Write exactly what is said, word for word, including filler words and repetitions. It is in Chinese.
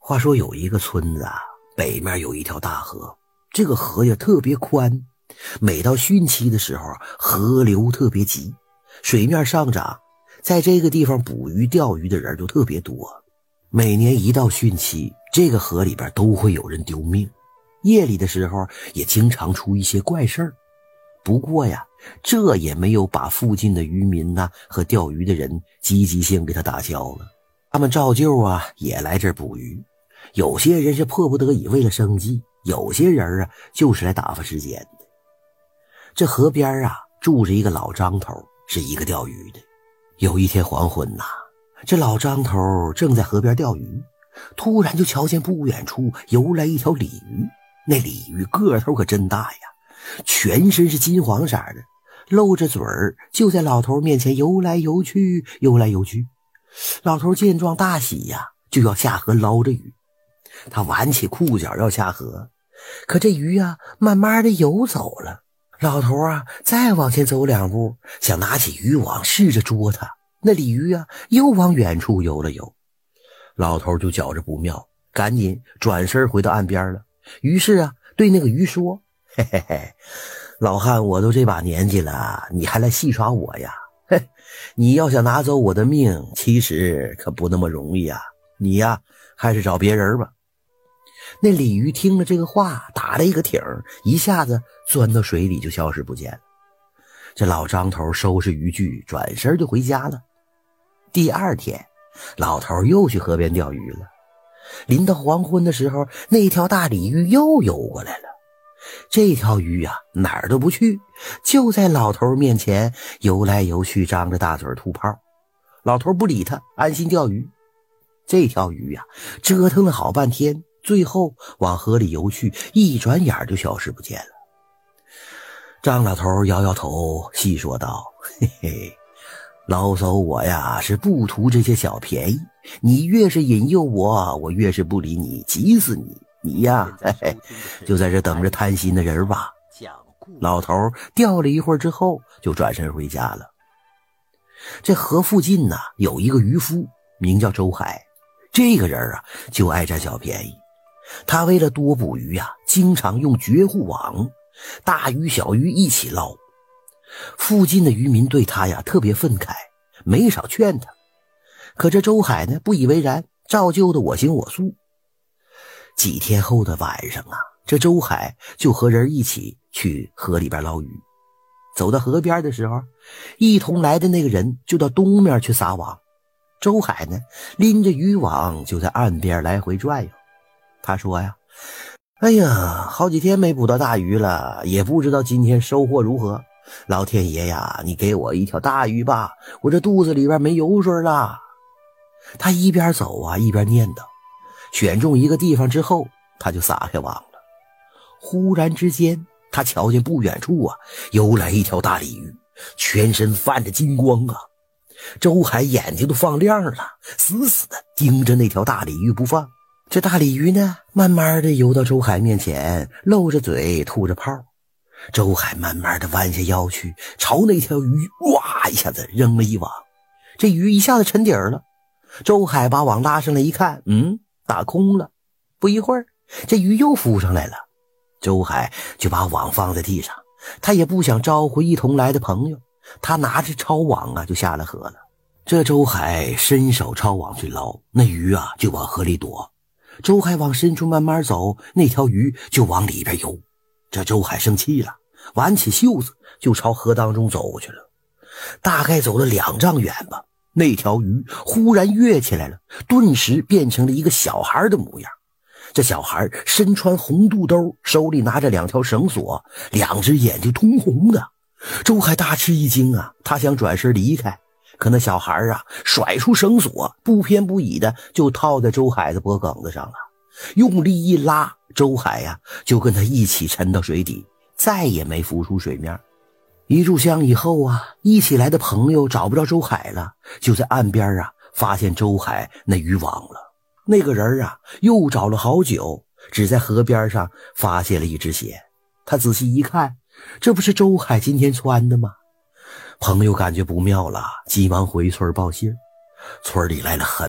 话说有一个村子啊，北面有一条大河，这个河呀特别宽，每到汛期的时候，河流特别急，水面上涨，在这个地方捕鱼钓鱼的人就特别多。每年一到汛期，这个河里边都会有人丢命，夜里的时候也经常出一些怪事儿。不过呀，这也没有把附近的渔民呐、啊、和钓鱼的人积极性给他打消了。他们照旧啊也来这儿捕鱼，有些人是迫不得已为了生计，有些人啊就是来打发时间的。这河边啊住着一个老张头，是一个钓鱼的。有一天黄昏呐、啊，这老张头正在河边钓鱼，突然就瞧见不远处游来一条鲤鱼。那鲤鱼个头可真大呀，全身是金黄色的，露着嘴儿就在老头面前游来游去游来游去。老头见状大喜呀，就要下河捞着鱼。他挽起裤脚要下河，可这鱼啊慢慢的游走了。老头啊再往前走两步，想拿起渔网试着捉它，那鲤鱼啊又往远处游了游。老头就觉着不妙，赶紧转身回到岸边了。于是啊对那个鱼说，嘿嘿嘿，老汉，我都这把年纪了，你还来戏耍我呀？嘿，你要想拿走我的命，其实可不那么容易啊，你呀还是找别人吧。那鲤鱼听了这个话，打了一个挺，一下子钻到水里就消失不见了。这老张头收拾渔具，转身就回家了。第二天，老头又去河边钓鱼了。临到黄昏的时候，那条大鲤鱼又游过来了。这条鱼啊哪儿都不去，就在老头面前游来游去，张着大嘴吐泡。老头不理他，安心钓鱼。这条鱼啊折腾了好半天，最后往河里游去，一转眼就消失不见了。张老头摇摇头，细说道，嘿嘿，老叟我呀是不图这些小便宜，你越是引诱我，我越是不理你，急死你，你呀嘿嘿，就在这等着贪心的人吧。老头钓了一会儿之后就转身回家了。这河附近呢有一个渔夫，名叫周海。这个人啊就爱占小便宜，他为了多捕鱼啊，经常用绝户网，大鱼小鱼一起捞。附近的渔民对他呀特别愤慨，没少劝他。可这周海呢不以为然，照旧的我行我素。几天后的晚上啊，这周海就和人一起去河里边捞鱼。走到河边的时候，一同来的那个人就到东面去撒网。周海呢拎着渔网就在岸边来回转悠。他说呀，哎呀，好几天没捕到大鱼了，也不知道今天收获如何。老天爷呀，你给我一条大鱼吧，我这肚子里边没油水了。他一边走啊一边念叨。选中一个地方之后，他就撒开网了。忽然之间，他瞧见不远处啊游来一条大鲤鱼，全身泛着金光啊。周海眼睛都放亮了，死死的盯着那条大鲤鱼不放。这大鲤鱼呢慢慢的游到周海面前，露着嘴吐着泡。周海慢慢的弯下腰去，朝那条鱼哇一下子扔了一网。这鱼一下子沉底儿了。周海把网拉上来一看，嗯，打空了。不一会儿，这鱼又浮上来了。周海就把网放在地上，他也不想招呼一同来的朋友，他拿着抄网啊就下了河了。这周海伸手抄网去捞，那鱼啊就往河里躲。周海往深处慢慢走，那条鱼就往里边游。这周海生气了，挽起袖子就朝河当中走过去了。大概走了两丈远吧，那条鱼忽然跃起来了，顿时变成了一个小孩的模样。这小孩身穿红肚兜，手里拿着两条绳索，两只眼睛通红的。周海大吃一惊啊，他想转身离开，可那小孩啊甩出绳索，不偏不倚的就套在周海的脖梗子上了，用力一拉，周海呀、啊、就跟他一起沉到水底，再也没浮出水面。一炷香以后啊，一起来的朋友找不着周海了，就在岸边啊发现周海那渔网了。那个人啊又找了好久，只在河边上发现了一只鞋。他仔细一看，这不是周海今天穿的吗？朋友感觉不妙了，急忙回村报信。村里来了很